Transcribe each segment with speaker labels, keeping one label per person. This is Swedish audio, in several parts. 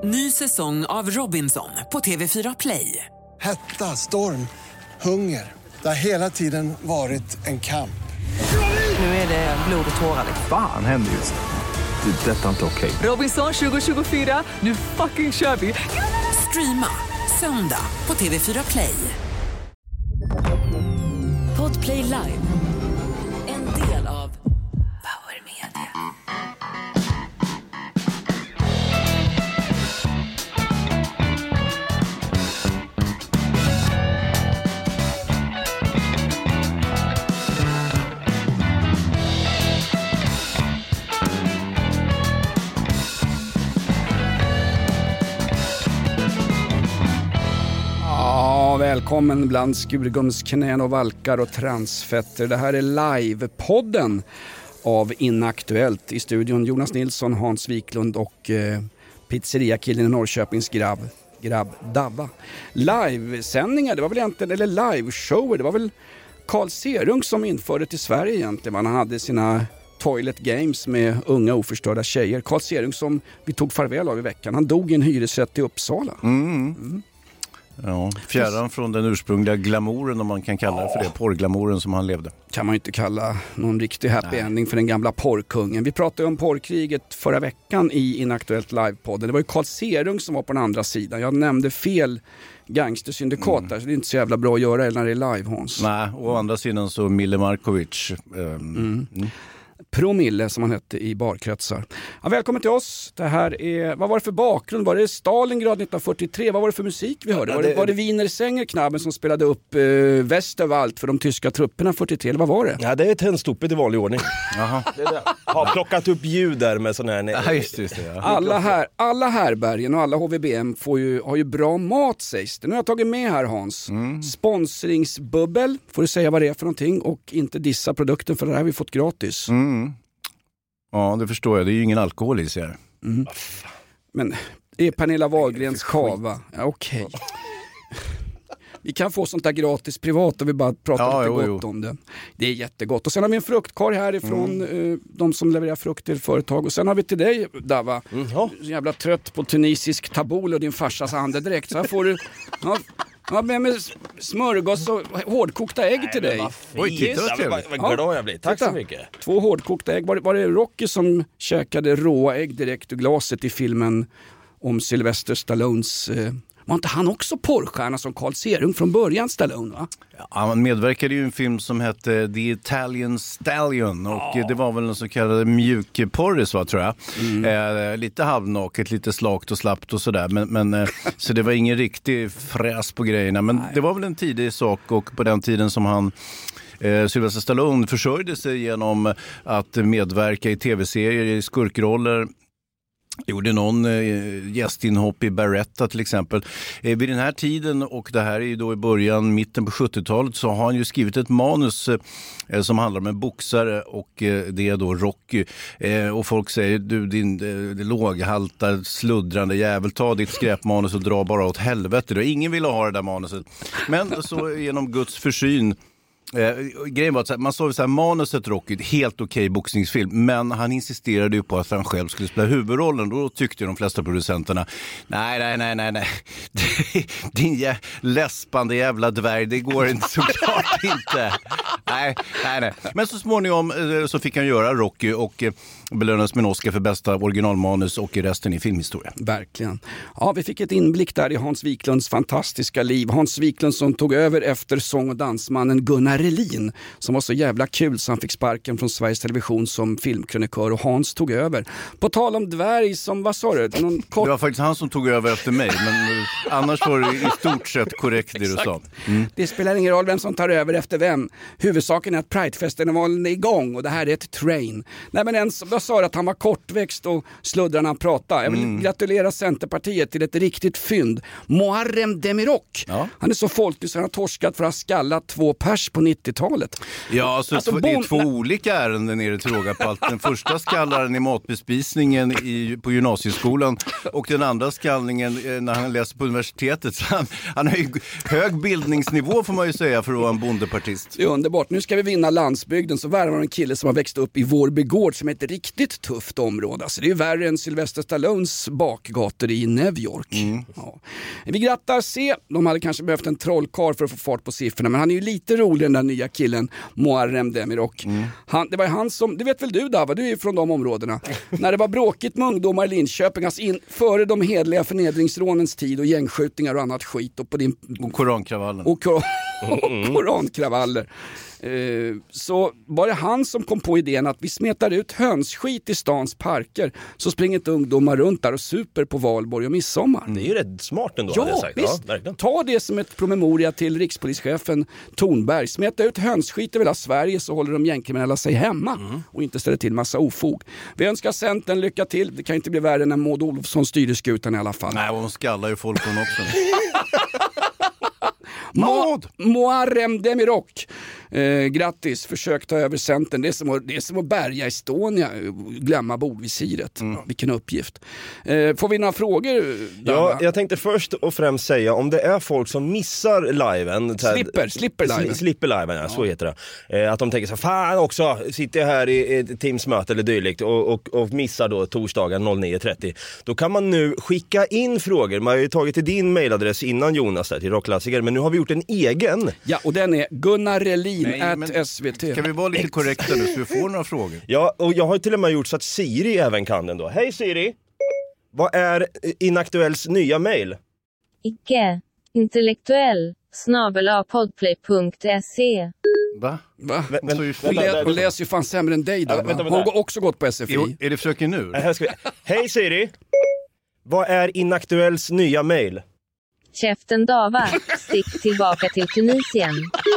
Speaker 1: Ny säsong av Robinson på TV4 Play.
Speaker 2: Hetta, storm, hunger. Det har hela tiden varit en kamp.
Speaker 1: Nu är det blod och tårar.
Speaker 3: Fan händer just nu. Det. Detta är inte okej.
Speaker 1: Robinson 2024, nu fucking kör vi. Streama söndag på TV4 Play. Podplay Live. En del av Power Media.
Speaker 4: Välkommen bland skurgumsknän och valkar och transfetter. Det här är live-podden av Inaktuellt. I studion Jonas Nilsson, Hans Wiklund och pizzeriakillen i Norrköpings grabb Davva. Live-sändningar, det var väl egentligen, eller live-shower, det var väl Carl Serung som införde till Sverige egentligen. Han hade sina toilet games med unga oförstörda tjejer. Carl Serung som vi tog farväl av i veckan. Han dog i en hyresrätt i Uppsala.
Speaker 5: Ja, fjärran från den ursprungliga glamouren, om man kan kalla det för det, porrglamouren som han levde.
Speaker 4: Kan man ju inte kalla någon riktig happy ending för den gamla porrkungen. Vi pratade om porrkriget förra veckan i Inaktuellt Live-podden. Det var ju Carl Serung som var på den andra sidan. Jag nämnde fel gangstersyndikat där, så det är inte så jävla bra att göra när det är live, Hans.
Speaker 5: Nej, å andra sidan så Mille Markovic.
Speaker 4: Promille som han hette i barkretsar. Ja, välkommen till oss. Det här är, vad var det för bakgrund? Var det Stalingrad 1943? Vad var det för musik vi hörde? Var det Wiener Sänger-knabben som spelade upp Westerwald för de tyska trupperna 43? Eller vad var det?
Speaker 6: Ja, det är Tändstopet i vanlig ordning.
Speaker 5: Jaha.
Speaker 6: Har plockat upp ljud där med sån här...
Speaker 5: Ja, just det, ja.
Speaker 4: Alla härbergen och alla HVBM har ju bra mat, sägs det. Nu har jag tagit med här, Hans. Sponsringsbubbel, får du säga vad det är för någonting, och inte dissa produkten, för det här har vi fått gratis.
Speaker 5: Ja, det förstår jag. Det är ju ingen alkohol i sig här.
Speaker 4: Men det är Pernilla Wahlgrens kava. Ja, okej. Vi kan få sånt där gratis privat och vi bara pratar lite gott om det. Det är jättegott. Och sen har vi en fruktkorg härifrån de som levererar frukt till företag. Och sen har vi till dig, Dava. Jävla trött på tunisisk tabul och din farsas andedräkt. Så här får du... Ja, med smörgås och hårdkokta ägg till dig.
Speaker 6: Oj, titta vad glad jag blir. Tack så mycket. 2
Speaker 4: hårdkokta ägg. Var det Rocky som käkade råa ägg direkt ur glaset i filmen om Sylvester Stallones... Var inte han också porrstjärna som Carl Serung från början, Stallone, va?
Speaker 5: Ja, han medverkade ju i en film som hette The Italian Stallion. Och det var väl en så kallad mjukporris, va, tror jag. Lite halvnaket, lite slakt och slappt och sådär. Men så det var ingen riktig fräs på grejerna. Men det var väl en tidig sak, och på den tiden som han... Sylvester Stallone försörjde sig genom att medverka i tv-serier, i skurkroller. Gjorde någon gästinhopp i Baretta till exempel. Vid den här tiden, och det här är ju då i mitten på 70-talet, så har han ju skrivit ett manus som handlar om en boxare, och det är då Rocky. Och folk säger, du din låghalta, sluddrande jävel, ta ditt skräpmanus och dra bara åt helvete. Ingen ville ha det där manuset. Men så genom Guds försyn, grejen var att man såg så här, manuset Rocky, helt okej boxningsfilm, men han insisterade ju på att han själv skulle spela huvudrollen. Då tyckte de flesta producenterna, nej din läspande jävla dvärg, det går inte, såklart inte. Nej. Men så småningom så fick han göra Rocky och belönas med en Oscar för bästa originalmanus och resten i filmhistoria.
Speaker 4: Verkligen. Ja, vi fick ett inblick där i Hans Wiklunds fantastiska liv. Hans Wiklund som tog över efter sång- och dansmannen Gunnar Relin, som var så jävla kul så han fick sparken från Sveriges Television som filmkrönikör, och Hans tog över. På tal om dvärg som, vad sa du? Det
Speaker 5: var faktiskt han som tog över efter mig, men annars var det i stort sett korrekt det du sa.
Speaker 4: Det spelar ingen roll vem som tar över efter vem. Huvudsaken är att Pridefestivalen är igång, och det här är ett train. Nej, men jag sa att han var kortväxt och sluddrar när han pratade. Jag vill gratulera Centerpartiet till ett riktigt fynd. Muharrem Demirok. Ja. Han är så folklig så han har torskat för att ha skallat 2 pers på 90-talet.
Speaker 5: Ja, alltså det är 2 olika ärenden är det till råga på allt. Den första skallaren i matbespisningen på gymnasieskolan, och den andra skallningen när han läser på universitetet. Så han har ju hög bildningsnivå, får man ju säga, för att vara en bondepartist.
Speaker 4: Det är underbart. Nu ska vi vinna landsbygden, så värvar en kille som har växt upp i Vårbygård som är ett riktigt riktigt tufft område. Alltså det är ju värre än Sylvester Stallones bakgator i New York. Ja. Vi grattar C. De hade kanske behövt en trollkarl för att få fart på siffrorna, men han är ju lite rolig, den där nya killen Muharrem Demirok. Det var han som, det vet väl du Dava, du är ju från de områdena. När det var bråkigt med ungdomar i Linköping, alltså före de hedliga förnedringsrånens tid och gängskjutningar och annat skit och på din...
Speaker 5: Och korankravaller.
Speaker 4: Och korankravaller. Så var det han som kom på idén att vi smetar ut hönsskit i stans parker, så springer inte ungdomar runt där och super på valborg och midsommar.
Speaker 6: Det är ju rätt smart ändå, hade jag sagt.
Speaker 4: Visst.
Speaker 6: Ja,
Speaker 4: ta det som ett promemoria till rikspolischefen Thornberg. Smeta ut hönsskit över hela Sverige, så håller de gängkriminella sig hemma och inte ställer till massa ofog. Vi önskar Centern lycka till. Det kan inte bli värre än Maud Olofsson styrde skutan i alla fall.
Speaker 5: Nej, hon skallar ju folk hon också.
Speaker 4: Muharrem Demirok, grattis, försök ta över Centern. Det är som att bärga Estonia, glömma bordvisiret. Vilken uppgift. Får vi några frågor?
Speaker 6: Ja, jag tänkte först och främst säga, om det är folk som missar liven, slipper liven, ja, så heter det. Att de tänker så, fan också, sitter jag här i ett Teams-möte eller dylikt och missar då torsdagen 09.30. Då kan man nu skicka in frågor. Man har ju tagit till din mailadress innan, Jonas, där, till Rockklassiker, men nu har vi gjort en egen.
Speaker 4: Ja, och den är gunnarrelin@svt.
Speaker 5: Kan vi vara lite korrekta nu så vi får några frågor?
Speaker 6: Ja, och jag har till och med gjort så att Siri även kan den då. Hej Siri! Vad är Inaktuells nya mail?
Speaker 7: Icke intellektuell @podplay.se.
Speaker 5: Va?
Speaker 4: Hon läser ju fan sämre än dig där. Hon har också gått på SFI.
Speaker 5: Är det fröken nu?
Speaker 6: Hej Siri! Vad är Inaktuells nya mail?
Speaker 7: Käften Dava, stick tillbaka till Tunisien.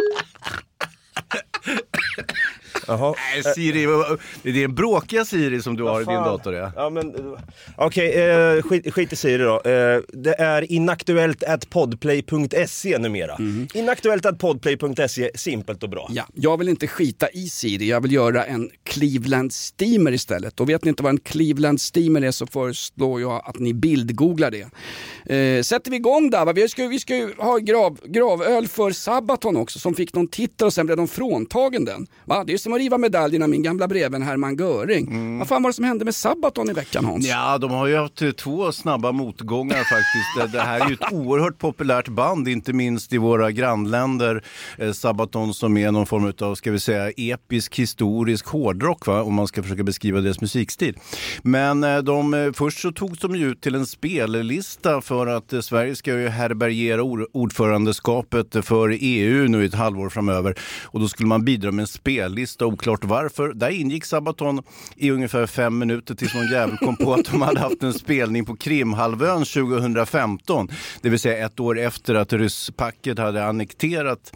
Speaker 5: Jaha. Nej, Siri, det är en bråkiga Siri som du har i din dator.
Speaker 6: Ja, men okej, skit i Siri då. Det är inaktuellt@podplay.se numera. Inaktuellt@podplay.se, simpelt och bra.
Speaker 4: Ja, jag vill inte skita i Siri, jag vill göra en Cleveland Steamer istället. Och vet ni inte vad en Cleveland Steamer är, så föreslår jag att ni bildgooglar det. Sätter vi igång där, va? Vi ska ju ha gravöl för Sabaton också, som fick någon titel och sen blev de fråntagen den. Va? Det är som att riva medaljen av min gamla breven Hermann Göring. Vad fan var det som hände med Sabaton i veckan, Hans?
Speaker 5: Ja, de har ju haft 2 snabba motgångar faktiskt. Det här är ju ett oerhört populärt band, inte minst i våra grannländer. Sabaton som är någon form av, ska vi säga, episk, historisk hårdrock, va? Om man ska försöka beskriva deras musikstil. Men först så togs de ju ut till en spellista för att Sverige ska ju härbärgera ordförandeskapet för EU nu i ett halvår framöver. Och då skulle man bidra med en spellista, oklart varför. Där ingick Sabaton i ungefär 5 minuter tills någon jävel kom på att de hade haft en spelning på Krimhalvön 2015. Det vill säga 1 år efter att rysspacket hade annekterat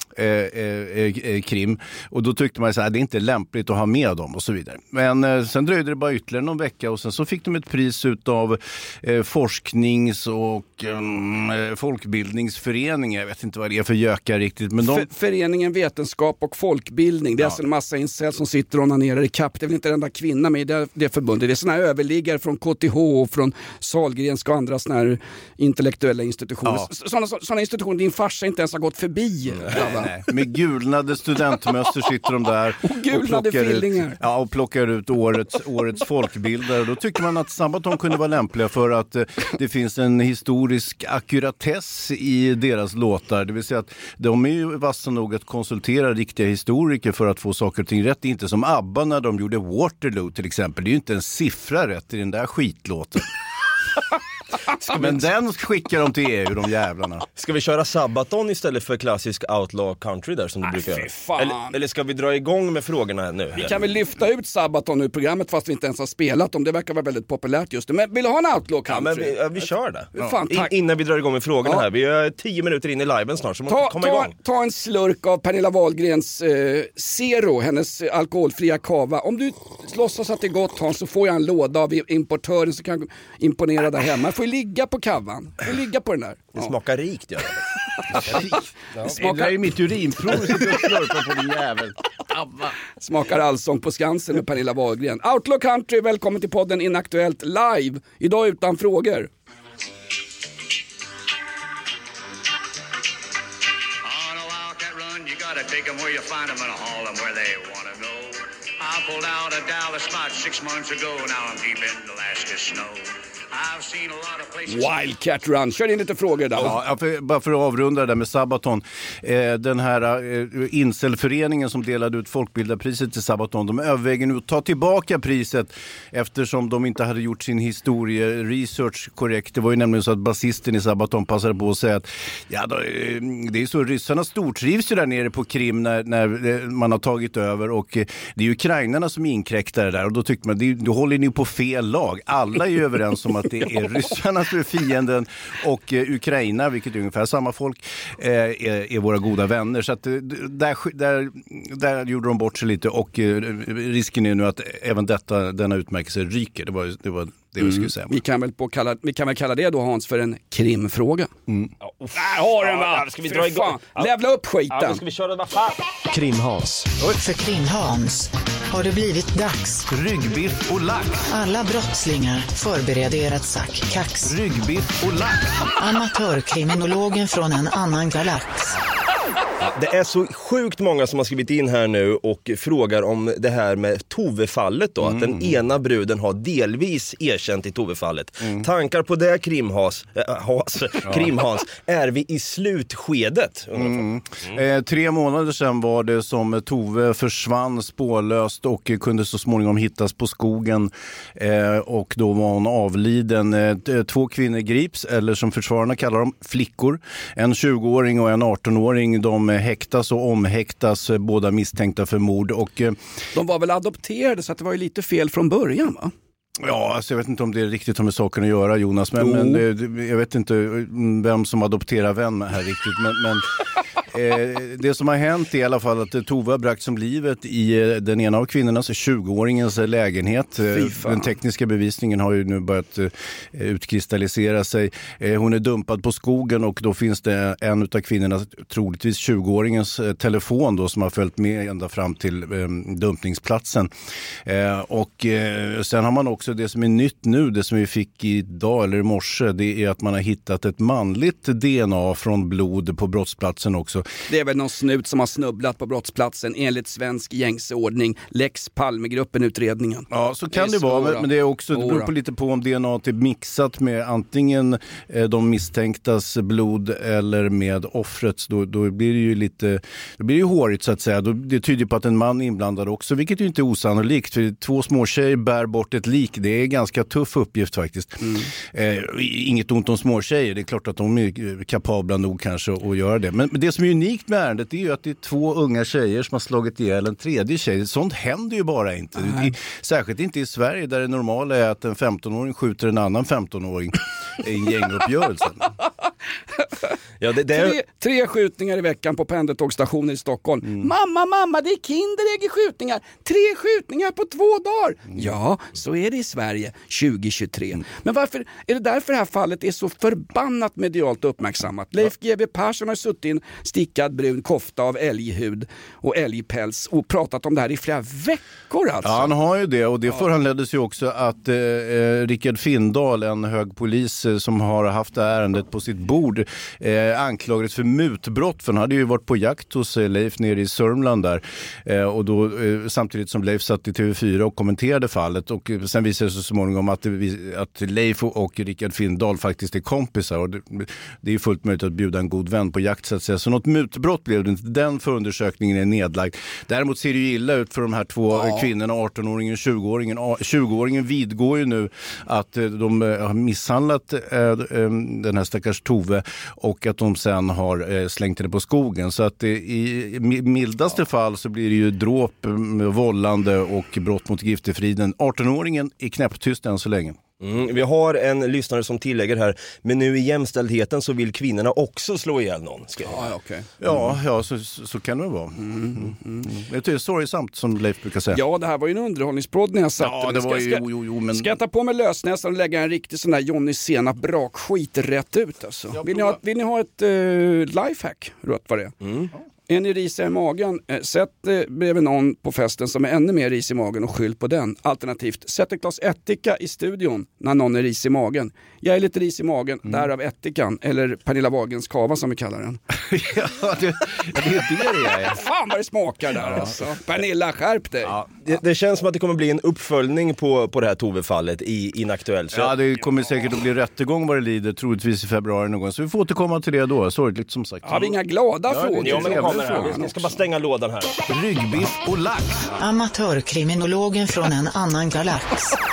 Speaker 5: Krim, och då tyckte man så här, det är inte lämpligt att ha med dem och så vidare. Men sen dröjde det bara ytterligare någon vecka och sen så fick de ett pris utav forsknings- och folkbildningsförening. Jag vet inte vad det är för gökar riktigt, men
Speaker 4: Föreningen Vetenskap och Folkbildning. Det är alltså en massa incel som sitter och onanerar i kapp. Det är väl inte den enda kvinna med i det förbundet. Det är såna här överliggare från KTH och från Sahlgrenska och andra såna här intellektuella institutioner. Ja. Såna institutioner din farsa inte ens har gått förbi.
Speaker 5: Nej, med gulnade studentmöster sitter de där och plockar ut årets folkbildare. Då tycker man att Sabaton kunde vara lämpliga för att det finns en historisk akkuratess i deras låtar. Det vill säga att de är ju vassa nog att konsultera riktiga historiker för att få saker och ting rätt. Det är inte som ABBA när de gjorde Waterloo till exempel. Det är ju inte en siffra rätt i den där skitlåten. Men den skickar de till EU, de jävlarna.
Speaker 6: Ska vi köra Sabaton istället för klassisk outlaw country där som du brukar göra? Eller ska vi dra igång med frågorna här nu?
Speaker 4: Vi kan väl lyfta ut Sabaton ur programmet fast vi inte ens har spelat dem. Det verkar vara väldigt populärt just nu. Men vill du ha en outlaw country?
Speaker 6: Ja, men vi kör det.
Speaker 4: Ja. Fan,
Speaker 6: innan vi drar igång med frågorna här. Vi är 10 minuter in i liven snart, så måste komma igång.
Speaker 4: Ta en slurk av Pernilla Wahlgrens Zero, hennes alkoholfria kava. Om du låtsas att det är gott, Hans, så får jag en låda av importören så kan imponera där hemma. Jag får ligga på kavan. Jag får ligga på den där.
Speaker 6: Det smakar rikt, gör det.
Speaker 5: Det är mitt urinprov som jag slurpar på din jävel.
Speaker 4: Smakar allsång på Skansen med Pernilla Wahlgren. Outlaw Country, välkommen till podden Inaktuellt live. Idag utan frågor.
Speaker 8: Take them where you find them and haul them where they want to go. I pulled out of Dallas about 6 months ago. Now I'm deep in Alaska's snow. I've seen a lot of places.
Speaker 4: Wildcat Run, kör in lite frågor där.
Speaker 5: Ja, bara för att avrunda det där med Sabaton. Den här incelföreningen som delade ut folkbildarpriset till Sabaton, de överväger nu att ta tillbaka priset eftersom de inte hade gjort sin historieresearch korrekt. Det var ju nämligen så att basisten i Sabaton passade på att säga att det är så, ryssarna stortrivs ju där nere på Krim när man har tagit över, och det är ju ukrainarna som inkräktar där, och då tyckte man, då håller ni på fel lag. Alla är ju överens om att det är ryssarna som är fienden och Ukraina, vilket är ungefär samma folk, är våra goda vänner. Så att där gjorde de bort sig lite, och risken är nu att även denna utmärkelse ryker. Det var det vi skulle säga.
Speaker 4: Vi kan väl kalla det då, Hans, för en krimfråga. Där har den, va?
Speaker 6: Ska vi dra igång?
Speaker 4: Levla upp skiten.
Speaker 6: Ja, ska vi köra, vad fan?
Speaker 9: Krim-Hans. För Krim-Hans har det blivit dags.
Speaker 5: Ryggbiff och lax.
Speaker 9: Alla brottslingar förbereder er att sack kax.
Speaker 5: Ryggbiff och lax.
Speaker 9: Amatörkriminologen från en annan galax.
Speaker 6: Det är så sjukt många som har skrivit in här nu och frågar om det här med Tove-fallet då. Att den ena bruden har delvis erkänt i Tove-fallet. Tankar på det, Krim-Hans? Är vi i slutskedet?
Speaker 5: 3 månader sedan var det som Tove försvann spårlöst och kunde så småningom hittas på skogen. Och då var hon avliden. 2 kvinnor grips, eller som försvararna kallar dem, flickor. En 20-åring och en 18-åring. De häktas och omhäktas, båda misstänkta för mord. Och
Speaker 4: de var väl adopterade, så att det var ju lite fel från början, va?
Speaker 5: Ja, alltså jag vet inte om det är riktigt har med saken att göra, Jonas, men jag vet inte vem som adopterar vem här riktigt, men det som har hänt är i alla fall att Tove har bragt som livet i den ena av kvinnornas, 20-åringens lägenhet. Den tekniska bevisningen har ju nu börjat utkristallisera sig. Hon är dumpad på skogen, och då finns det en av kvinnorna, troligtvis 20-åringens telefon då, som har följt med ända fram till dumpningsplatsen. Och sen har man också det som är nytt nu, det som vi fick idag eller i morse, det är att man har hittat ett manligt DNA från blod på brottsplatsen också.
Speaker 4: Det är väl någon snut som har snubblat på brottsplatsen enligt svensk gängseordning. Lex Palmegruppen-utredningen.
Speaker 5: Ja, så kan det vara, men det är också, det beror på lite på om DNA är mixat med antingen de misstänktas blod eller med offrets. Då blir det ju lite, då blir det ju hårigt så att säga. Det tyder på att en man är inblandad också, vilket ju inte är osannolikt. För 2 små tjejer bär bort ett lik. Det är en ganska tuff uppgift faktiskt. Inget ont om små tjejer. Det är klart att de är kapabla nog kanske att göra det. Men det som är unikt med ärendet är ju att det är 2 unga tjejer som har slagit ihjäl en tredje tjej. Sånt händer ju bara inte. Särskilt inte i Sverige, där det normala är att en 15-åring skjuter en annan 15-åring i en gänguppgörelse.
Speaker 6: Ja,
Speaker 4: 3 skjutningar i veckan på pendeltågstationen i Stockholm. Mamma, det är kinderägg-skjutningar. 3 skjutningar på 2 dagar. Ja, så är det i Sverige 2023. Men varför är det därför det här fallet är så förbannat medialt uppmärksammat? Leif GW Persson har suttit i en stickad brun kofta av älghud och älgpäls och pratat om det här i flera veckor alltså.
Speaker 5: Ja, han har ju det, och det föranleddes ju också att Rickard Findahl, en hög polis som har haft det här ärendet på sitt bord, anklagades för mutbrott, för han hade ju varit på jakt hos Leif nere i Sörmland där, och då samtidigt som Leif satt i TV4 och kommenterade fallet, och sen visade det sig så småningom att Leif och Rickard Findahl faktiskt är kompisar, och det är fullt möjligt att bjuda en god vän på jakt så att säga. Så något mutbrott blev det inte. Den förundersökningen är nedlagd. Däremot ser det ju illa ut för de här 2 kvinnorna, 18-åringen och 20-åringen. 20-åringen vidgår ju nu att de har misshandlat den här stackars Tove, och att de sen har slängt henne på skogen. Så att i mildaste fall så blir det ju dråp, vållande och brott mot giftefriden. 18-åringen är knäpptyst än så länge.
Speaker 6: Vi har en lyssnare som tillägger här, men nu i jämställdheten så vill kvinnorna också slå ihjäl någon.
Speaker 5: Ja, så kan det vara. Det är sorgsamt, som Leif brukar säga.
Speaker 4: Ja, det här var ju en underhållningsprodd när jag satt.
Speaker 5: Ja, det var ju, men...
Speaker 4: Ska jag ta på mig lösnäsan och lägga en riktig sån där Johnny Senap brakskit rätt ut alltså? Vill ni ha ett lifehack? Rött vad det är. Är ni risiga i magen, sätt bredvid någon på festen som är ännu mer ris i magen och skyll på den. Alternativt, sätt ett glas ättika i studion när någon är ris i magen. Jag är lite ris i magen, därav ättikan, eller Pernilla Wahlgrens kava som vi kallar den.
Speaker 5: Ja, det är det.
Speaker 4: Fan vad det smakar där alltså. Pernilla, skärp dig.
Speaker 6: Ja. Det känns som att det kommer bli en uppföljning på det här Tove-fallet i Inaktuellt.
Speaker 5: Ja, det kommer säkert att bli rättegång vad det lider, troligtvis i februari någon gång. Så vi får återkomma till det då, sorgligt som sagt.
Speaker 4: Har vi inga glada frågor?
Speaker 6: Ja, men jag ska bara stänga lådan här.
Speaker 5: Ryggbiff och lax.
Speaker 9: Amatörkriminologen från en annan galax.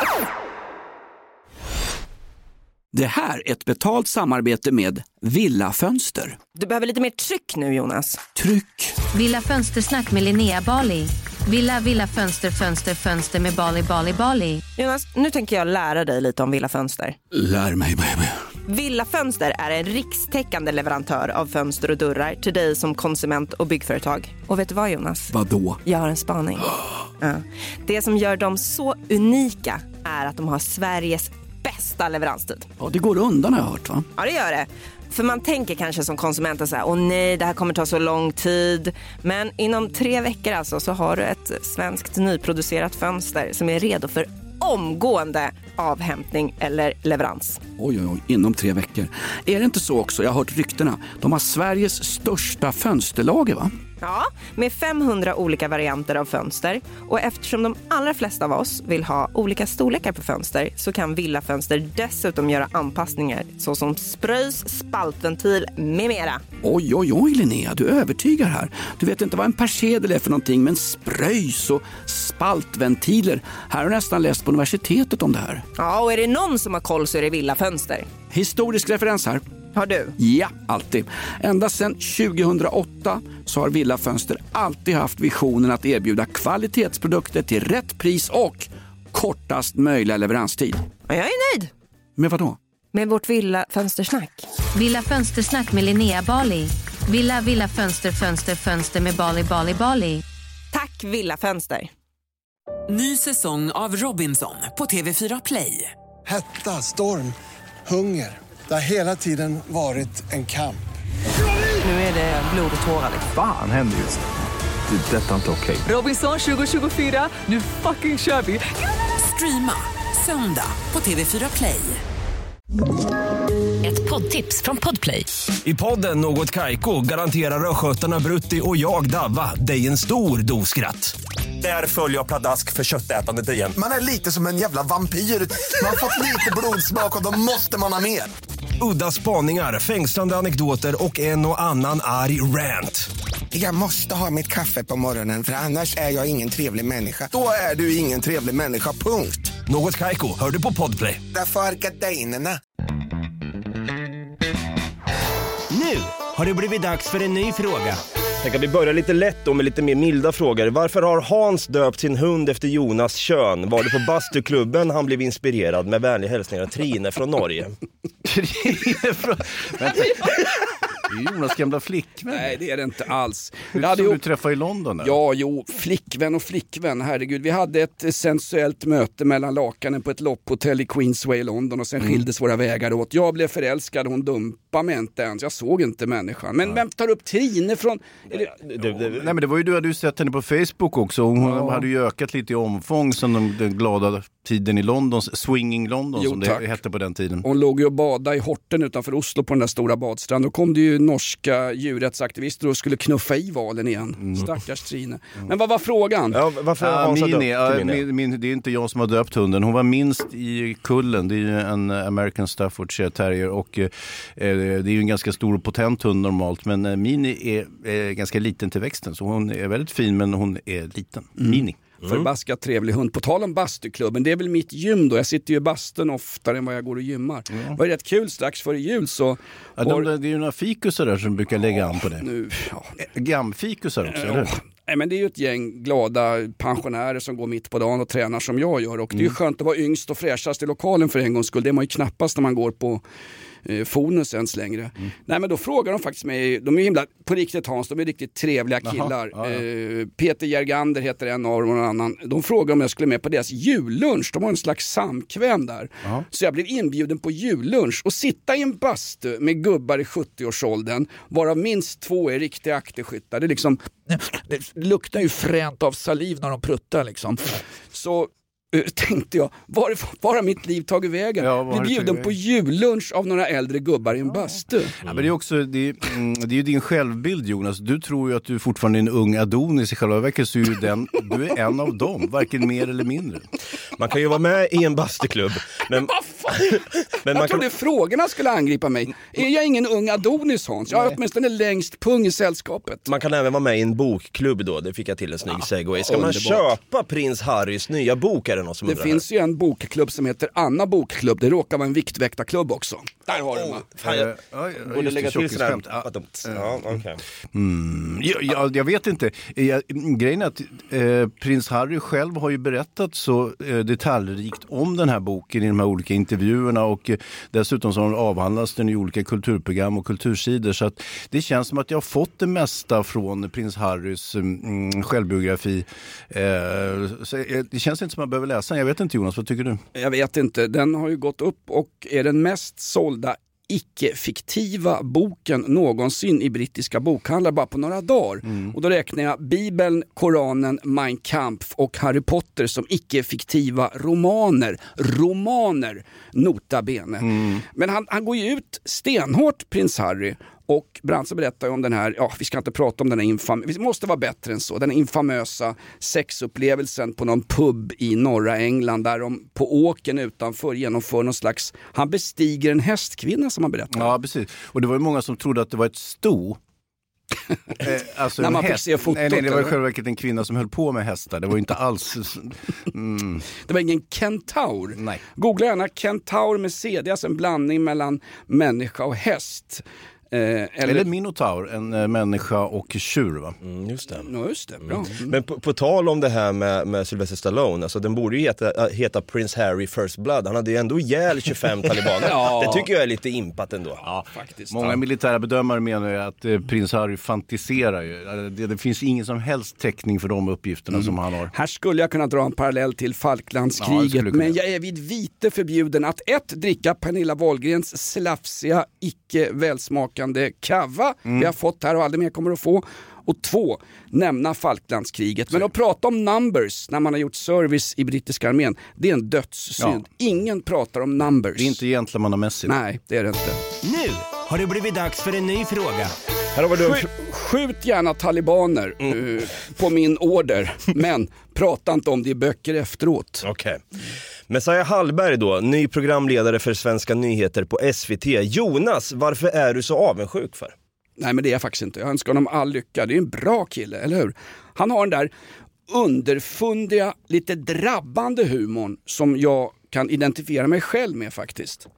Speaker 4: Det här är ett betalt samarbete med Villa Fönster.
Speaker 10: Du behöver lite mer tryck nu, Jonas.
Speaker 4: Tryck.
Speaker 7: Villa Fönstersnack med Linnea Bali. Villa Fönster med Bali.
Speaker 10: Jonas, nu tänker jag lära dig lite om Villa Fönster.
Speaker 4: Lär mig, baby.
Speaker 10: Villa Fönster är en rikstäckande leverantör av fönster och dörrar till dig som konsument och byggföretag. Och vet du vad, Jonas?
Speaker 4: Vadå?
Speaker 10: Jag har en spaning. Ja. Det som gör dem så unika är att de har Sveriges bästa leveranstid.
Speaker 4: Ja, det går undan har jag hört, va?
Speaker 10: Ja, det gör det. För man tänker kanske som konsument så här, åh nej, det här kommer ta så lång tid. Men inom 3 veckor alltså så har du ett svenskt nyproducerat fönster som är redo för omgående avhämtning eller leverans.
Speaker 4: Oj, inom 3 veckor. Är det inte så också? Jag har hört ryktena. De har Sveriges största fönsterlager, va?
Speaker 10: Ja, med 500 olika varianter av fönster. Och eftersom de allra flesta av oss vill ha olika storlekar på fönster så kan Villa Fönster dessutom göra anpassningar såsom spröjs, spaltventil med mera.
Speaker 4: Oj, Linnea, du övertygar här. Du vet inte vad en persedel är för någonting, men spröjs och spaltventiler. Här har jag nästan läst på universitetet om det här.
Speaker 10: Ja, och är det någon som har koll så är det Villa Fönster.
Speaker 4: Historisk referens här.
Speaker 10: Har du?
Speaker 4: Ja, alltid. Ända sedan 2008 så har Villa Fönster alltid haft visionen att erbjuda kvalitetsprodukter till rätt pris och kortast möjliga leveranstid.
Speaker 10: Ja, jag är nöjd.
Speaker 4: Med vad då?
Speaker 10: Med vårt Villa Fönstersnack.
Speaker 7: Villa Fönstersnack med Linnea Bali. Villa Fönster med Bali.
Speaker 10: Tack Villa Fönster.
Speaker 1: Ny säsong av Robinson på TV4 Play.
Speaker 2: Hetta, storm, hunger. Det har hela tiden varit en kamp.
Speaker 10: Nu är det blod och tårar.
Speaker 3: Fan händer just det. Det är detta inte okej.
Speaker 1: Robinson 2024, nu fucking kör vi. Streama söndag på TV4 Play.
Speaker 11: Ett poddtips från Podplay.
Speaker 12: I podden Något Kaiko garanterar röskötarna Brutti och jag Davva dig en stor doskratt. Där följer jag pladask för köttätandet igen.
Speaker 13: Man är lite som en jävla vampyr. Man har fått lite blodsmak och då måste man ha mer.
Speaker 12: Udda spaningar, fängslande anekdoter och en och annan arg rant.
Speaker 13: Jag måste ha mitt kaffe på morgonen för annars är jag ingen trevlig människa. Då är du ingen trevlig människa, punkt.
Speaker 12: Något Kaiko, hör du på Podplay.
Speaker 13: Därför är gardinerna.
Speaker 12: Nu har det blivit dags för en ny fråga.
Speaker 6: Tänk att vi börjar lite lätt och med lite mer milda frågor. Varför har Hans döpt sin hund efter Jonas kön? Var det på bastuklubben han blev inspirerad? Med vänlig hälsningar Trine från Norge.
Speaker 5: Trine från... Det är Jonas gamla flickvän.
Speaker 4: Nej, det är det inte alls.
Speaker 5: Du träffade i London? Där.
Speaker 4: Ja, flickvän. Herregud, vi hade ett sensuellt möte mellan lakanen på ett lopphotell i Queensway i London och sen skildes våra vägar åt. Jag blev förälskad, hon dumpade mig inte ens. Jag såg inte människan. Men vem tar upp Trine från...
Speaker 5: Nej, men det var ju du hade ju sett henne på Facebook också. Hon hade ju ökat lite i omfång som den glada tiden i London, Swinging London som det hette på den tiden.
Speaker 4: Hon låg ju och badade i Horten utanför Oslo på den där stora badstranden. Då kom det ju norska djurrättsaktivister och skulle knuffa i valen igen. Stackars Trine. Men vad var frågan?
Speaker 6: Ja, varför
Speaker 5: Mini, det är inte jag som har döpt hunden. Hon var minst i kullen. Det är ju en American Staffordshire Terrier och det är ju en ganska stor och potent hund normalt. Men Mini är ganska liten till växten. Så hon är väldigt fin men hon är liten. Mini.
Speaker 4: Förbaskat trevlig hund. På tal om bastuklubben, det är väl mitt gym då. Jag sitter ju i bastun oftare än vad jag går och gymmar. Det var rätt kul strax före jul så...
Speaker 5: Det är ju några fikusar där som brukar lägga an på det. Gamfikusar också, eller?
Speaker 4: Nej, men det är ju ett gäng glada pensionärer som går mitt på dagen och tränar som jag gör. Och det är ju skönt att vara yngst och fräschast i lokalen för en gångs skull. Det är man ju knappast när man går på Fonus ens längre. Nej, men då frågar de faktiskt mig, de är himla, på riktigt Hans, de är riktigt trevliga killar. Peter Järgander heter en av dem och en annan. De frågar om jag skulle med på deras jullunch. De har en slags samkväm där. Så jag blev inbjuden på jullunch och sitta i en bastu med gubbar i 70-årsåldern, varav minst 2 är riktiga akterskyttar. Det luktar ju fränt av saliv när de pruttar liksom. Så tänkte jag, var har mitt liv tagit vägen? Vi bjuden på jullunch av några äldre gubbar i en bastu.
Speaker 5: Ja, men det är också det är ju din självbild, Jonas. Du tror ju att du fortfarande är en ung Adonis. I själva verket så är du är en av dem, varken mer eller mindre.
Speaker 6: Man kan ju vara med i en bastuklubb. Men
Speaker 4: jag trodde frågorna skulle angripa mig. Är jag ingen ung Adonis, Hans? Jag har åtminstone längst pung i sällskapet.
Speaker 6: Man kan även vara med i en bokklubb då. Det fick jag till en snygg segway. Ska man köpa prins Harrys nya bok?
Speaker 4: Det finns ju en bokklubb som heter Anna bokklubb. Det råkar vara en viktväktarklubb också. Där har du man.
Speaker 6: Borde lägga till sådär.
Speaker 5: Jag vet inte. Grejen är att prins Harry själv har ju berättat så detaljrikt om den här boken i de här olika intervjuerna, och dessutom så avhandlas den i olika kulturprogram och kultursidor, så att det känns som att jag har fått det mesta från prins Harrys självbiografi. Så det känns inte som att man behöver läsa den. Jag vet inte, Jonas, vad tycker du?
Speaker 4: Jag vet inte. Den har ju gått upp och är den mest sålda icke-fiktiva boken någonsin i brittiska bokhandlar bara på några dagar. Och då räknar jag Bibeln, Koranen, Mein Kampf och Harry Potter som icke-fiktiva romaner nota bene. Men han går ju ut stenhårt, prins Harry. Och Brantse berättar ju om den här, vi ska inte prata om den här vi måste vara bättre än så, den infamösa sexupplevelsen på någon pub i norra England där de på åken utanför genomför någon slags, han bestiger en hästkvinna som han berättar.
Speaker 5: Ja, precis. Och det var ju många som trodde att det var ett sto. Alltså
Speaker 4: när man fick se fotot.
Speaker 5: Nej, det var själva verket en kvinna som höll på med hästar. Det var ju inte alls...
Speaker 4: Det var ingen kentaur.
Speaker 5: Nej.
Speaker 4: Googla gärna kentaur med C. Det är alltså en blandning mellan människa och häst.
Speaker 5: Eller minotaur, en människa och tjur, va?
Speaker 6: Just det.
Speaker 4: Ja, just det. Bra.
Speaker 6: Men på tal om det här med Sylvester Stallone, alltså den borde ju heta Prince Harry First Blood. Han hade ju ändå ihjäl 25 talibaner. Det tycker jag är lite impat ändå.
Speaker 5: Ja, faktiskt. Många militära bedömare menar ju att prins Harry fantiserar ju. Det finns ingen som helst täckning för de uppgifterna som han har.
Speaker 4: Här skulle jag kunna dra en parallell till Falklandskriget, men jag är vid vite förbjuden att dricka Pernilla Wahlgrens slafsiga, icke välsmakande kava vi har fått här och aldrig mer kommer att få, och 2, nämna Falklandskriget. Men att prata om numbers när man har gjort service i brittiska armén, det är en dödssynd. Ingen pratar om numbers.
Speaker 5: Det är inte gentlemannamässigt.
Speaker 4: Nej, det är det inte.
Speaker 12: Nu har det blivit dags för en ny fråga.
Speaker 6: Här har vi
Speaker 4: skjut gärna talibaner på min order, men prata inte om det i böcker efteråt.
Speaker 6: Okej. Messiah Hallberg då, ny programledare för Svenska nyheter på SVT. Jonas, varför är du så avundsjuk för?
Speaker 4: Nej, men det är jag faktiskt inte. Jag önskar honom all lycka. Det är en bra kille, eller hur? Han har den där underfundiga, lite drabbande humorn som jag kan identifiera mig själv med faktiskt.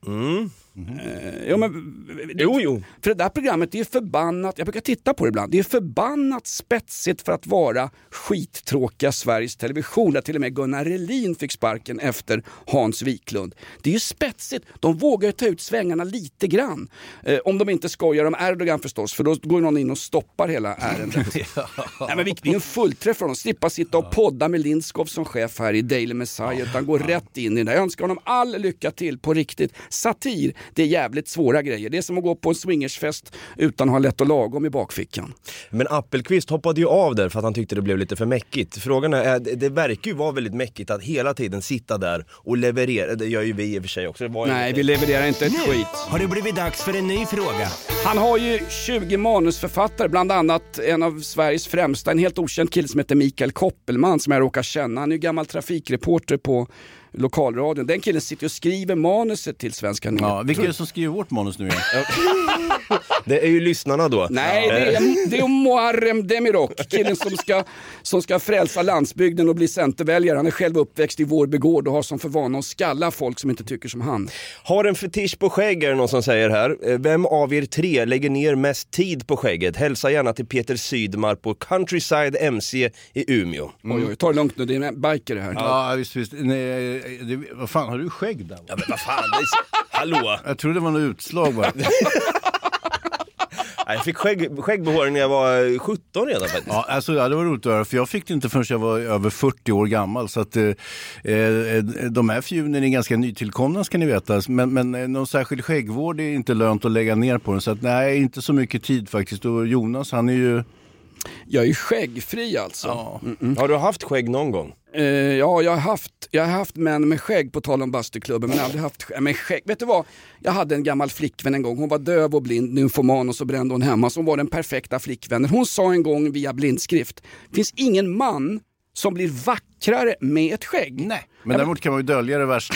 Speaker 4: Jo. För det där programmet, det är förbannat, jag brukar titta på det ibland, det är förbannat spetsigt för att vara skittråkiga Sveriges Television, där till och med Gunnar Relin fick sparken efter Hans Wiklund. Det är ju spetsigt, de vågar ju ta ut svängarna lite grann, om de inte skojar om Erdogan förstås, för då går någon in och stoppar hela ärendet. Nej, men det är en fullträff för honom, slippa sitta och podda med Lindskov som chef här i Daily Messiah, utan gå rätt in i det. Jag önskar honom all lycka till på riktigt. Satir, det är jävligt svåra grejer. Det är som att gå på en swingersfest utan att ha lätt och lagom i bakfickan.
Speaker 6: Men Appelqvist hoppade ju av där för att han tyckte det blev lite för mäckigt. Frågan är, det verkar ju vara väldigt mäckigt att hela tiden sitta där och leverera. Det gör ju vi i och för sig också.
Speaker 4: Nej, vi levererar inte ett skit.
Speaker 12: Har det blivit dags för en ny fråga?
Speaker 4: Han har ju 20 manusförfattare, bland annat en av Sveriges främsta, en helt okänd kille som heter Mikael Koppelman som jag råkar känna. Han är ju gammal trafikreporter på lokalradion. Den killen sitter och skriver manuset till Svenska nyheter.
Speaker 5: Ja, vilka är det som skriver vårt manus nu igen?
Speaker 6: Det är ju lyssnarna då.
Speaker 4: Nej, det är Muharrem Demirok, killen som ska frälsa landsbygden och bli centerväljare. Han är själv uppväxt i Vårbygård och har som för vana att skalla folk som inte tycker som han.
Speaker 6: Har en fetisch på skägg, är det någon som säger här. Vem av er 3 lägger ner mest tid på skägget? Hälsa gärna till Peter Sydmar på Countryside MC i Umeå.
Speaker 4: Oj, ta det långt nu, det är en biker det här.
Speaker 5: Ja, visst. Nej, vad fan, har du skägg där?
Speaker 6: Ja, men vad fan, hallå?
Speaker 5: Jag tror det var något utslag bara.
Speaker 6: Jag fick skäggbehåring när jag var 17 redan faktiskt.
Speaker 5: Ja, alltså, det var roligt att höra, för jag fick det inte förrän jag var över 40 år gammal. Så att de här fjunen är ganska nytillkomna, ska ni veta. Men någon särskild skäggvård är inte lönt att lägga ner på den. Så att nej, inte så mycket tid faktiskt. Och Jonas, han är ju...
Speaker 4: Jag är skäggfri alltså.
Speaker 6: Ja. Har du haft skägg någon gång?
Speaker 4: Ja, jag har haft män med skägg, på tal om bastuklubben, men aldrig haft med skägg. Vet du vad? Jag hade en gammal flickvän en gång. Hon var döv och blind, nymfoman, och så brände hon hemma. Så hon var den perfekta flickvännen. Hon sa en gång via blindskrift: finns ingen man som blir vackrare med ett skägg.
Speaker 5: Nej, men däremot kan man ju dölja det värsta.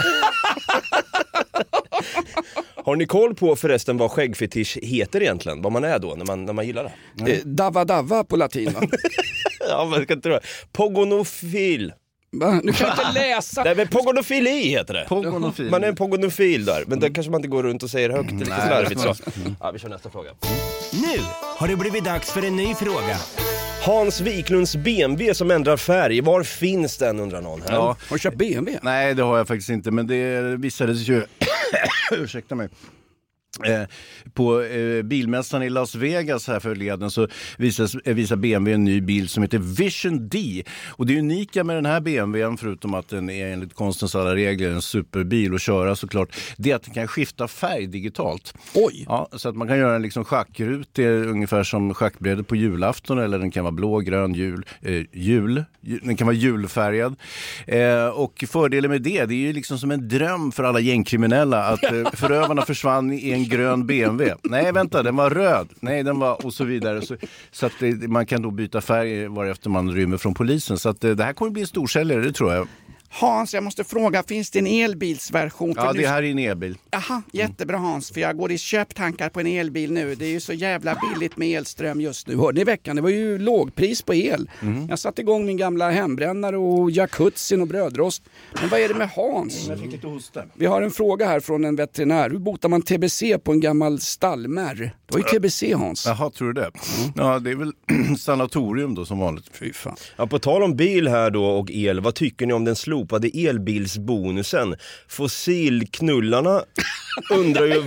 Speaker 6: Har ni koll på förresten vad skäggfetisch heter egentligen? Vad man är då när man gillar det?
Speaker 4: Dava på latin, va?
Speaker 6: Ja, man ska inte tro. Pogonofil.
Speaker 4: Nu kan jag inte läsa.
Speaker 6: Nej, men pogonofili heter det.
Speaker 5: Pogonofil.
Speaker 6: Man är en pogonofil där. Men det kanske man inte går runt och säger högt. Det är lite slarvigt så. Ja, vi kör nästa fråga.
Speaker 11: Nu har det blivit dags för en ny fråga.
Speaker 6: Hans Wiklunds BMW som ändrar färg. Var finns den, undrar någon här?
Speaker 5: Ja.
Speaker 4: Har du köpt BMW?
Speaker 5: Nej, det har jag faktiskt inte. Men det visade sig ju... Ursäkta mig. På bilmässan i Las Vegas här förleden så visar BMW en ny bil som heter Vision D. Och det unika med den här BMWn, förutom att den är enligt konstens alla regler en superbil att köra såklart, det är att den kan skifta färg digitalt.
Speaker 4: Oj!
Speaker 5: Ja, så att man kan göra en liksom schackrut, det är ungefär som schackbrädet på julafton, eller den kan vara blå, grön, den kan vara julfärgad. Och fördelen med det är ju liksom som en dröm för alla gängkriminella att förövarna försvann i en grön BMW. Nej, vänta, den var röd. Nej, den var och så vidare. Så att man kan då byta färg varefter man rymmer från polisen. Så att det här kommer bli en storsäljare, det tror jag.
Speaker 4: Hans, jag måste fråga, finns det en elbilsversion?
Speaker 5: Ja, det här är en elbil.
Speaker 4: Jaha, jättebra Hans, för jag går i köptankar på en elbil nu. Det är ju så jävla billigt med elström just nu. Hörde ni i veckan? Det var ju lågpris på el. Jag satte igång min gamla hembrännare och jacuzzin och brödrost. Men vad är det med Hans?
Speaker 5: Jag fick lite hosta.
Speaker 4: Vi har en fråga här från en veterinär. Hur botar man TBC på en gammal stallmärr? Det var ju TBC, Hans.
Speaker 5: Jaha, tror du det? Ja, det är väl sanatorium då som vanligt.
Speaker 4: Fy fan.
Speaker 6: Ja, på tal om bil här då och el, vad tycker ni om den slopade elbilsbonusen? Fossilknullarna undrar ju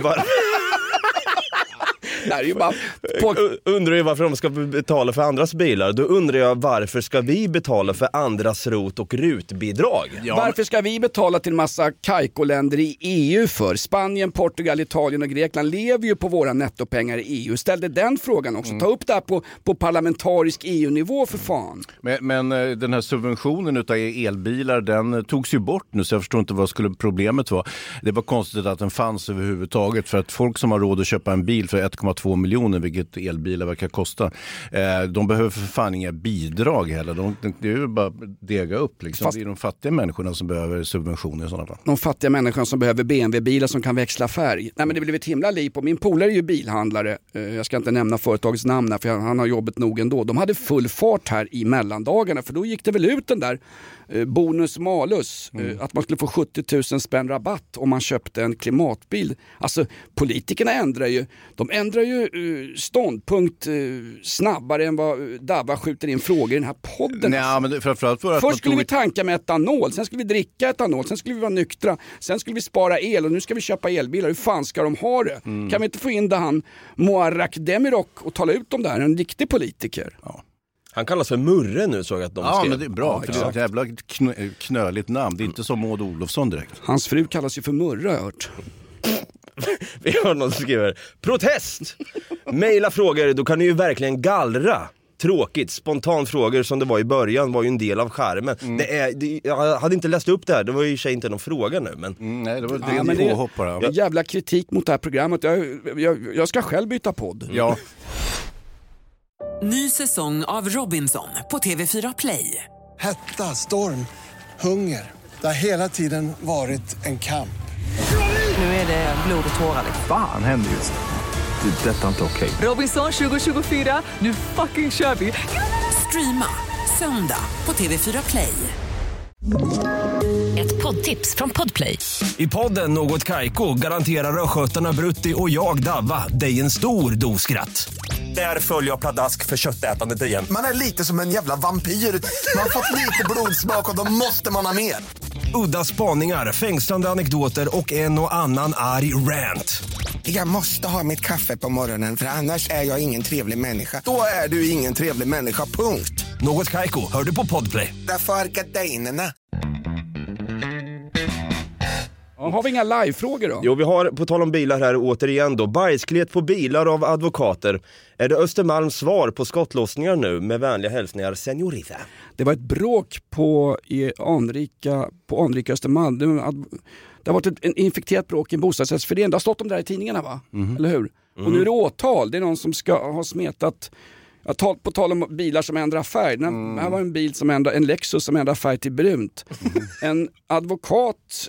Speaker 6: undrar ju varför de ska betala för andras bilar. Då undrar jag, varför ska vi betala för andras rot- och rutbidrag?
Speaker 4: Ja. Varför ska vi betala till massa kajkoländer i EU för? Spanien, Portugal, Italien och Grekland lever ju på våra nettopengar i EU. Ställde den frågan också. Ta upp det här på parlamentarisk EU-nivå för fan.
Speaker 5: Men den här subventionen utav elbilar, den togs ju bort nu, så jag förstår inte vad skulle problemet vara. Det var konstigt att den fanns överhuvudtaget, för att folk som har råd att köpa en bil för 1,2 miljoner, vilket elbilar verkar kosta, de behöver för fan inga bidrag heller. Det är ju bara dega upp liksom. Det är de fattiga människorna som behöver subventioner i sådana fall.
Speaker 4: De fattiga människorna som behöver BMW-bilar som kan växla färg. Nej, men det blev ett himla liv på. Min polare är ju bilhandlare. Jag ska inte nämna företagets namn här, för han har jobbet nog ändå. De hade full fart här i mellandagarna, för då gick det väl ut den där bonus malus, att man skulle få 70 000 spänn rabatt om man köpte en klimatbil. Alltså politikerna ändrar ju ståndpunkt snabbare än vad Dava skjuter in frågor i den här podden.
Speaker 5: Nej, men framförallt för att
Speaker 4: först skulle vi tanka med etanol, sen skulle vi dricka etanol, sen skulle vi vara nyktra, sen skulle vi spara el och nu ska vi köpa elbilar. Hur fan ska de ha det? Kan vi inte få in det han Muarak Demirok och tala ut om det här, en riktig politiker?
Speaker 6: Ja. Han kallas för Murre nu, såg jag att de skrev.
Speaker 5: Ja, men det är bra. För det är ett jävla knöligt namn. Det är inte som Maud Olofsson direkt.
Speaker 4: Hans fru kallas ju för Murre, har jag hört.
Speaker 6: Vi har någon som skriver: protest! Maila frågor, då kan ni ju verkligen gallra. Tråkigt, spontanfrågor som det var i början var ju en del av charmen. Jag hade inte läst upp det här, det var ju i sig inte någon fråga nu. Men...
Speaker 5: nej, det var en påhoppare.
Speaker 4: Det är jävla kritik mot det här programmet. Jag ska själv byta podd.
Speaker 5: Ja.
Speaker 1: Ny säsong av Robinson på TV4 Play.
Speaker 2: Hetta, storm, hunger. Det har hela tiden varit en kamp.
Speaker 10: Nu är det blod och tårar.
Speaker 3: Fan händer just det. Det är detta inte okej.
Speaker 1: Robinson 2024, nu fucking kör vi. Streama söndag på TV4 Play.
Speaker 14: Ett poddtips från Podplay.
Speaker 12: I podden Något Kaiko garanterar röskötarna Brutti och jag Dava dig en stor doskratt. Där följer jag pladask för köttätandet igen.
Speaker 13: Man är lite som en jävla vampyr. Man har fått lite blodsmak och då måste man ha mer.
Speaker 12: Udda spaningar, fängslande anekdoter och en och annan arg rant.
Speaker 13: Jag måste ha mitt kaffe på morgonen, för annars är jag ingen trevlig människa. Då är du ingen trevlig människa, punkt.
Speaker 12: Något Kaiko, hör du på Podplay.
Speaker 13: Därför arkadeinerna.
Speaker 4: Har vi inga live-frågor då?
Speaker 6: Jo, vi har på tal om bilar här återigen då. Bajsklet på bilar av advokater. Är det Östermalms svar på skottlossningar nu? Med vänliga hälsningar, Senorita.
Speaker 4: Det var ett bråk på anrika Östermalm. Det har varit en infekterat bråk i en bostadsrättsförening. Det har stått om det där i tidningarna, va? Eller hur? Och nu är det åtal. Det är någon som ska ha smetat... På tal om bilar som ändrar färg. Det här var en bil en Lexus som ändrar färg till brunt. En advokat...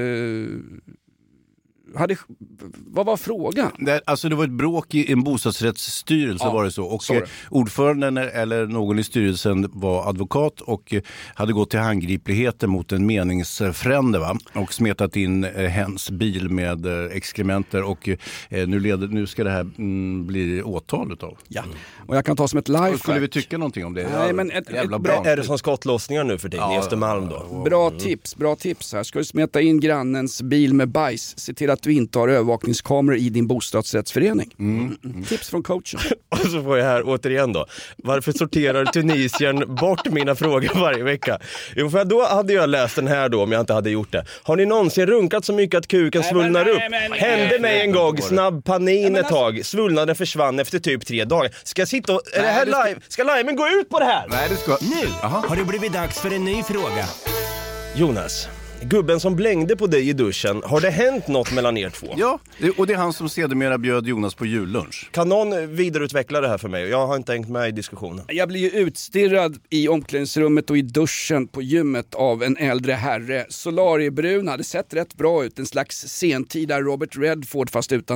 Speaker 4: vad var frågan?
Speaker 5: Det var ett bråk i en bostadsrättsstyrelse, var det så. Och ordföranden eller någon i styrelsen var advokat och hade gått till handgripligheter mot en meningsfrände, va? Och smetat in hens bil med exkrementer och nu ska det här bli åtal utav.
Speaker 4: Ja, och jag kan ta som ett live.
Speaker 5: Skulle vi tycka någonting om det?
Speaker 4: Nej, men
Speaker 6: är det som skottlossningar nu för tiden i Östermalm då?
Speaker 4: Bra tips här. Ska du smeta in grannens bil med bajs, se till att du inte har övervakningskameror i din bostadsrättsförening. Tips från coachen.
Speaker 6: Och så får jag här återigen då. Varför sorterar Tunisien bort mina frågor varje vecka? Jo, för då hade jag läst den här då om jag inte hade gjort det. Har ni någonsin runkat så mycket att kuken svullnar upp? Hände mig en gång, snabb panin ett tag. Svullnaden försvann efter typ 3 dagar. Ska jag sitta och... Är det här live? Ska liven gå ut på det här?
Speaker 5: Nej, det ska...
Speaker 11: Nu har det blivit dags för en ny fråga.
Speaker 6: Jonas, gubben som blängde på dig i duschen, har det hänt något mellan er två?
Speaker 5: Ja, och det är han som sedermera bjöd Jonas på jullunch.
Speaker 6: Kan någon vidareutveckla det här för mig? Jag har inte hängt med i diskussionen.
Speaker 4: Jag blir ju utstirrad i omklädningsrummet och i duschen på gymmet av en äldre herre. Solariebrun, hade sett rätt bra ut. En slags sentida Robert Redford, fast utan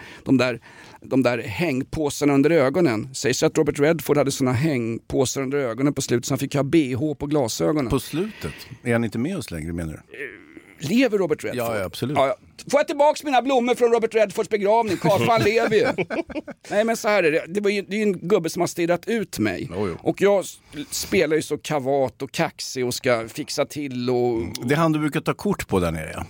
Speaker 4: de där hängpåsarna under ögonen. Sägs att Robert Redford hade såna hängpåsar under ögonen på slutet så han fick ha BH på glasögonen.
Speaker 5: På slutet? Är han inte med oss längre, menar du?
Speaker 4: Lever Robert Redford?
Speaker 5: Ja, absolut.
Speaker 4: Ja. Får jag tillbaka mina blommor från Robert Redfords begravning? Karlsson lever ju. Nej, men så här är det. Det är ju en gubbe som har stirrat ut mig. Och jag spelar ju så kavat och kaxig och ska fixa till och...
Speaker 5: Det är han du brukar ta kort på där nere, ja.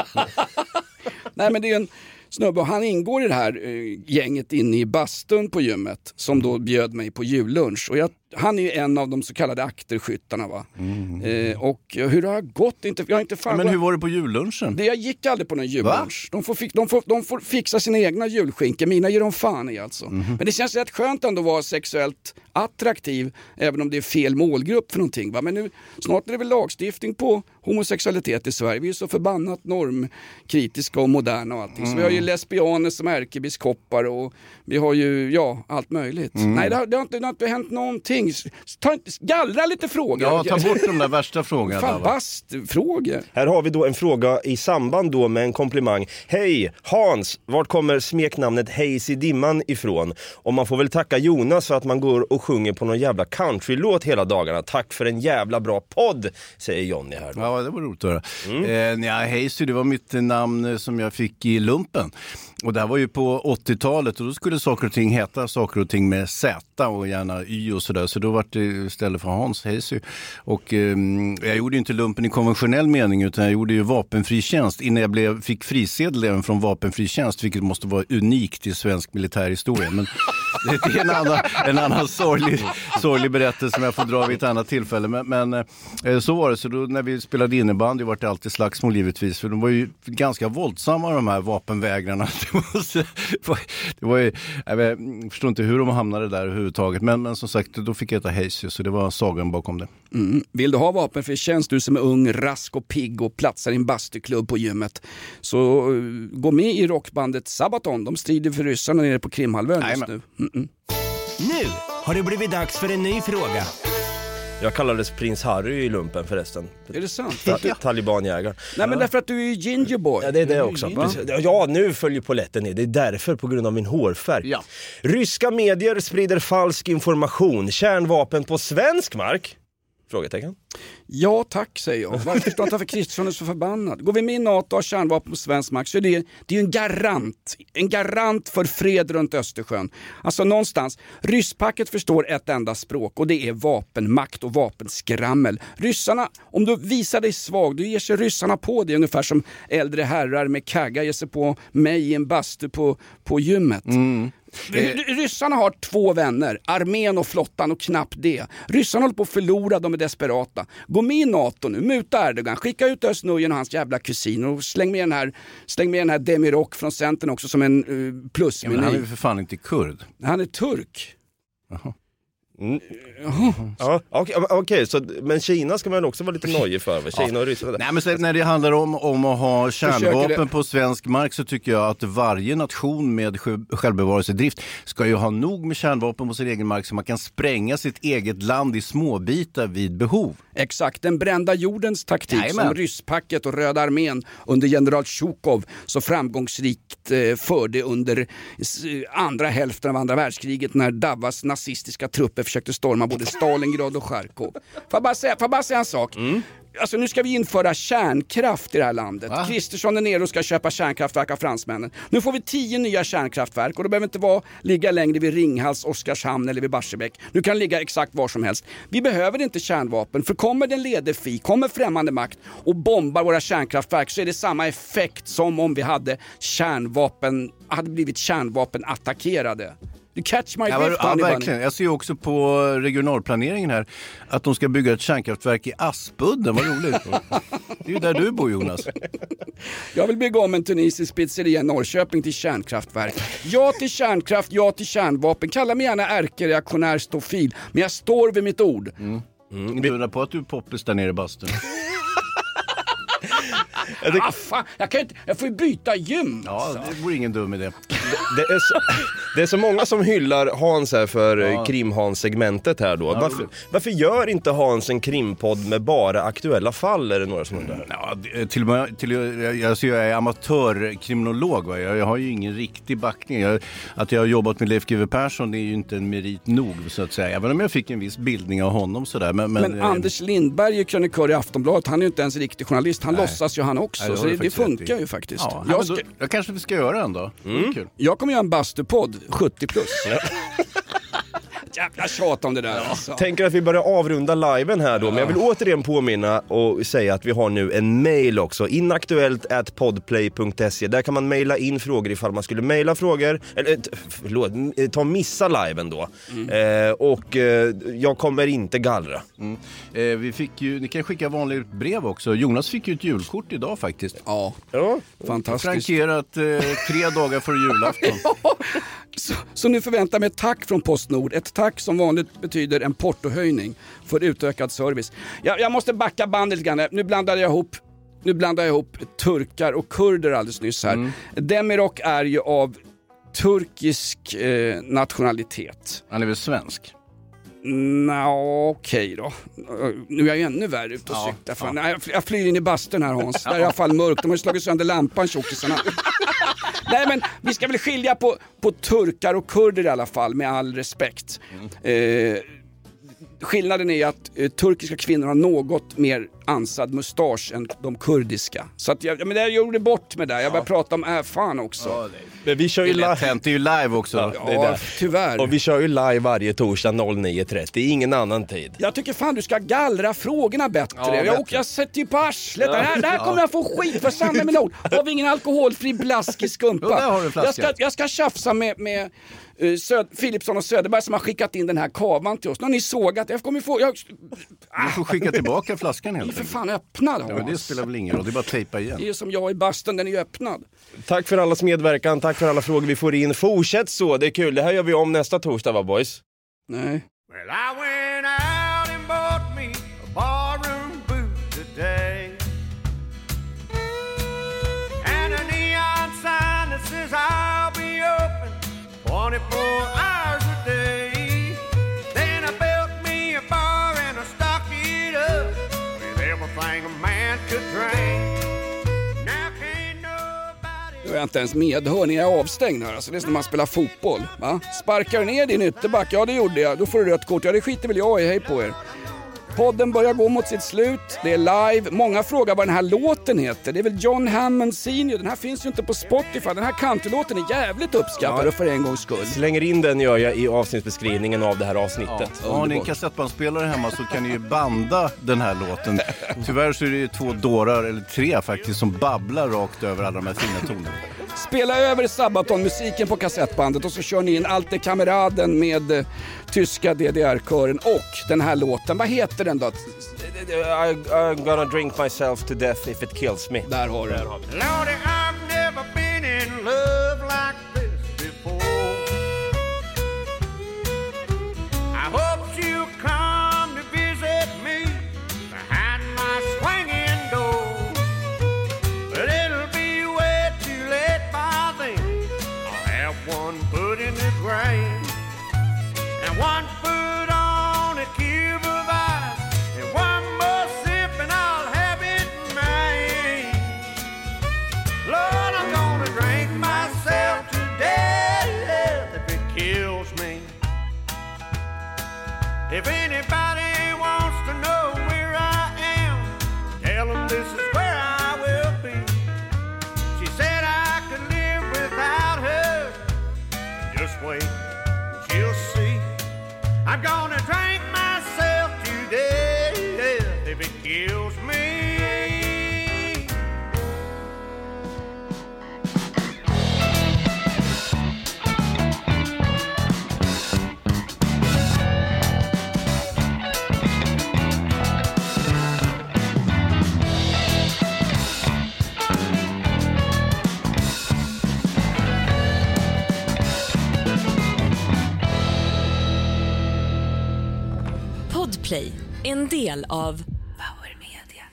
Speaker 4: Nej, men det är en snubbe och han ingår i det här gänget inne i bastun på gymmet som då bjöd mig på jullunch. Och han är ju en av de så kallade akterskyttarna, va? Och hur har det gått? Jag har inte fan...
Speaker 5: Men hur var det på jullunchen?
Speaker 4: Jag gick aldrig på någon jullunch. De får fixa sina egna julskinker. Mina ger de fan i alltså. Men det känns rätt skönt ändå att vara sexuellt attraktiv även om det är fel målgrupp för någonting, va? Men nu snart är det väl lagstiftning på homosexualitet i Sverige. Vi är så förbannat normkritiska och moderna och allting. Så vi har ju lesbianer som ärkebiskopar och vi har ju, allt möjligt. Nej, det har inte hänt någonting. Gallra lite frågor.
Speaker 5: Ja, ta bort de där värsta frågorna.
Speaker 4: Fan, bastfrågor.
Speaker 6: Här har vi då en fråga i samband då med en komplimang. Hej, Hans, vart kommer smeknamnet Hejs i dimman ifrån? Och man får väl tacka Jonas för att man går och sjunger på någon jävla countrylåt hela dagarna. Tack för en jävla bra podd, säger Johnny här då.
Speaker 5: Ja, det var roligt att höra. Hejs, det var mitt namn som jag fick i lumpen. Och det här var ju på 80-talet och då skulle saker och ting heta saker och ting med Z och gärna Y och sådär. Så då var det istället för Hans Heisy. Och jag gjorde ju inte lumpen i konventionell mening utan jag gjorde ju vapenfri tjänst innan jag fick frisedel även från vapenfri tjänst, vilket måste vara unikt i svensk militärhistoria. Men det är en annan sorglig berättelse som jag får dra vid ett annat tillfälle. Men så var det. Så då när vi spelade innebandy var det alltid slagsmål givetvis. För de var ju ganska våldsamma de här vapenvägrarna. Det var ju, jag förstår inte hur de hamnade där överhuvudtaget. Men som sagt, då fick jag heta Heisy, så det var sagan bakom det.
Speaker 4: Vill du ha vapenfri tjänst, du som är ung, rask och pigg och platsar i en bastuklubb på gymmet, så gå med i rockbandet Sabaton. De strider för ryssarna nere på Krimhalvön just nu.
Speaker 11: Nu har det blivit dags för en ny fråga.
Speaker 6: Jag kallades prins Harry i lumpen förresten.
Speaker 4: Är det sant?
Speaker 6: Talibanjägare.
Speaker 4: Nej, men därför att du är gingerboy.
Speaker 6: Ja, det är det också. Ja, nu följer poletten ner. Det är därför, på grund av min hårfärg. Ja. Ryska medier sprider falsk information. Kärnvapen på svensk mark? Frågetecken.
Speaker 4: Ja, tack, säger jag. Varför förstår inte varför Kristersson är så förbannad? Går vi med i NATO och har kärnvapen på svensk mark så är det är ju en garant för fred runt Östersjön. Alltså någonstans, rysspacket förstår ett enda språk och det är vapenmakt och vapenskrammel. Ryssarna, om du visar dig svag, då ger sig ryssarna på det ungefär som äldre herrar med kagga ger sig på mig i en bastu på gymmet. Ryssarna har 2 vänner, armén och flottan, och knappt det. Ryssarna håller på att förlora, de är desperata. Gå med i NATO nu, muta Erdogan, skicka ut Öznujen och hans jävla kusin och släng med den här Demirok från Centern också som en plusmeny.
Speaker 5: Men han är ju för fan inte kurd.
Speaker 4: Han är turk.
Speaker 5: Jaha.
Speaker 6: Ja, okej, så, men Kina ska man också vara lite nojig för. Kina och Ryssland.
Speaker 5: Nej, men sen, när det handlar om att ha kärnvapen på svensk mark, så tycker jag att varje nation med självbevarelsedrift ska ju ha nog med kärnvapen på sin egen mark så man kan spränga sitt eget land i småbitar vid behov.
Speaker 4: Exakt, den brända jordens taktik som rysspacket och Röda armén under general Zjukov så framgångsrikt förde under andra hälften av andra världskriget när Davas nazistiska trupper försökte storma både Stalingrad och Charkov. Får jag bara säga en sak? Alltså nu ska vi införa kärnkraft i det här landet. Kristersson är nere och ska köpa kärnkraftverk av fransmännen. Nu får vi 10 nya kärnkraftverk och det behöver inte ligga längre vid Ringhals, Oskarshamn eller vid Barsebäck. Nu kan det ligga exakt var som helst. Vi behöver inte kärnvapen, för kommer den leder kommer främmande makt och bombar våra kärnkraftverk, så är det samma effekt som om vi hade blivit kärnvapenattackerade. Du catch my drift.
Speaker 5: Ja, verkligen. Jag ser ju också på regionalplaneringen här att de ska bygga ett kärnkraftverk i Aspudden. Vad roligt. Det är ju där du bor, Jonas.
Speaker 4: Jag vill bygga om en tunisisk pizzeria i Norrköping till kärnkraftverk. Ja till kärnkraft, ja till kärnvapen. Kalla mig gärna ärkereaktionär stofil, men jag står vid mitt ord.
Speaker 5: Du undrar på att du är poppis där nere i bastun.
Speaker 4: Jag får ju byta gym.
Speaker 5: Ja, det vore ingen dum idé.
Speaker 6: Det är så många som hyllar Hans här för Krim-Hans-segmentet här då. Varför gör inte Hans en krimpodd med bara aktuella fall, är det några som undrar?
Speaker 5: Ja, jag är amatörkriminolog. Va? Jag har ju ingen riktig backning. Att jag har jobbat med Leif GW Persson är ju inte en merit nog, så att säga. Även om jag fick en viss bildning av honom sådär. Men
Speaker 4: Anders Lindberg är krönikör i Aftonbladet. Han är ju inte ens riktig journalist. Han låtsas ju han också. Nej, så det funkar ju faktiskt.
Speaker 5: Ja, jag kanske ska göra en då. Kul.
Speaker 4: Jag kommer göra en bastupodd 70+. Jävla tjat om det där. Alltså.
Speaker 6: Tänker att vi börjar avrunda liven här då. Men jag vill återigen påminna och säga att vi har nu en mail också. inaktuellt@podplay.se. Där kan man mejla in frågor ifall man skulle mejla frågor. Eller missa liven då. Och jag kommer inte gallra.
Speaker 5: Ni kan skicka vanligt brev också. Jonas fick ju ett julkort idag faktiskt.
Speaker 4: Ja. Fantastiskt.
Speaker 5: Frankerat 3 dagar före julafton.
Speaker 4: Så nu förväntar jag mig ett tack från Postnord. Ett tack som vanligt betyder en portohöjning för utökad service. Jag måste backa bandet lite grann. Nu blandade jag ihop turkar och kurder alldeles nyss här. Demirok är ju av turkisk nationalitet.
Speaker 5: Han är väl svensk?
Speaker 4: Okej då. Nu är jag ju ännu värre ute och cyklar. Nej, jag flyr in i bastun här, Hans. Där är i alla fall mörkt. De har ju slagit sönder lampan, tjockisarna. Nej, men vi ska väl skilja på turkar och kurder i alla fall, med all respekt. Skillnaden är att turkiska kvinnor har något mer ansad mustasch än de kurdiska. Så att jag gjorde bort med det. Jag började prata om fan också.
Speaker 5: Ja,
Speaker 6: men vi kör ju
Speaker 5: det är ju live också.
Speaker 4: Ja, tyvärr.
Speaker 6: Och vi kör ju live varje torsdag 09.30. Ingen annan tid.
Speaker 4: Jag tycker fan du ska gallra frågorna bättre. Jag sätter ju på arslet.
Speaker 6: Ja.
Speaker 4: Det här kommer jag få skit för, samma med ord. Har vi ingen alkoholfri blask i skumpa? Jag ska tjafsa med Philipsson och Söderberg som har skickat in den här kavan till oss. Nu har ni sågat. Jag kommer få...
Speaker 5: Du får skicka tillbaka flaskan helt enkelt.
Speaker 4: För fan öppnad.
Speaker 5: Ja, men det spelar väl ingen roll. Det är bara att tejpa igen.
Speaker 4: Det är som jag i bastun, den är ju öppnad.
Speaker 6: Tack för allas medverkan. Tack för alla frågor vi får in. Fortsätt så, det är kul. Det här gör vi om nästa torsdag, va boys?
Speaker 4: Nej.
Speaker 8: Well, I went out and bought me a barroom boot today. And a neon sign that says I'll be open 24 hours a day. Then I built me a bar and I stocked it up with everything a man could drink.
Speaker 4: Jag är inte ens medhör när jag är avstängd här. Alltså det är som när man spelar fotboll. Va? Sparkar ner din ytterback? Ja, det gjorde jag. Då får du rött kort. Ja, det skiter väl jag i. Hej på er. Podden börjar gå mot sitt slut. Det är live. Många frågar vad den här låten heter. Det är väl John Hammond Senior. Den här finns ju inte på Spotify. Den här countrylåten är jävligt uppskattad och för en gångs skull.
Speaker 6: Slänger in den gör jag i avsnittsbeskrivningen av det här avsnittet.
Speaker 5: Ja. Har ni en kassettbandspelare hemma så kan ni ju banda den här låten. Tyvärr så är det ju 2 dårar, eller 3 faktiskt, som babblar rakt över alla de här fina tonerna.
Speaker 4: spela över Sabaton-musiken på kassettbandet och så kör ni in Alte Kameraden med tyska DDR-kören och den här låten. Vad heter den då?
Speaker 6: I'm gonna drink myself to death if it kills me.
Speaker 4: Där har du.
Speaker 8: Lordy, I've never been in love like this before. I hope you come to visit me behind my swinging door. But it'll be way too late by then. I'll have one foot in the grave and one foot on a cube of ice and one more sip and I'll have it made. Lord, I'm gonna drink myself to death if it kills me. If anybody wants to know where I am, tell them this is where I will be. She said I could live without her. Just wait, she'll see. I'm gonna drink myself to death if it kills me.
Speaker 14: Podplay, en del av Power Media.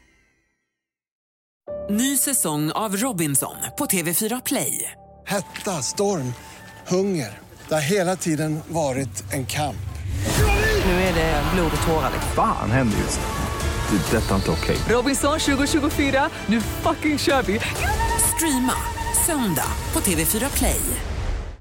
Speaker 1: Ny säsong av Robinson på TV4 Play.
Speaker 2: Hetta, storm, hunger. Det har hela tiden varit en kamp.
Speaker 1: Nu är det blod och tårar.
Speaker 3: Fan händer just det. Det är detta inte okej.
Speaker 1: Robinson 2024, nu fucking kör vi. Streama söndag på TV4 Play.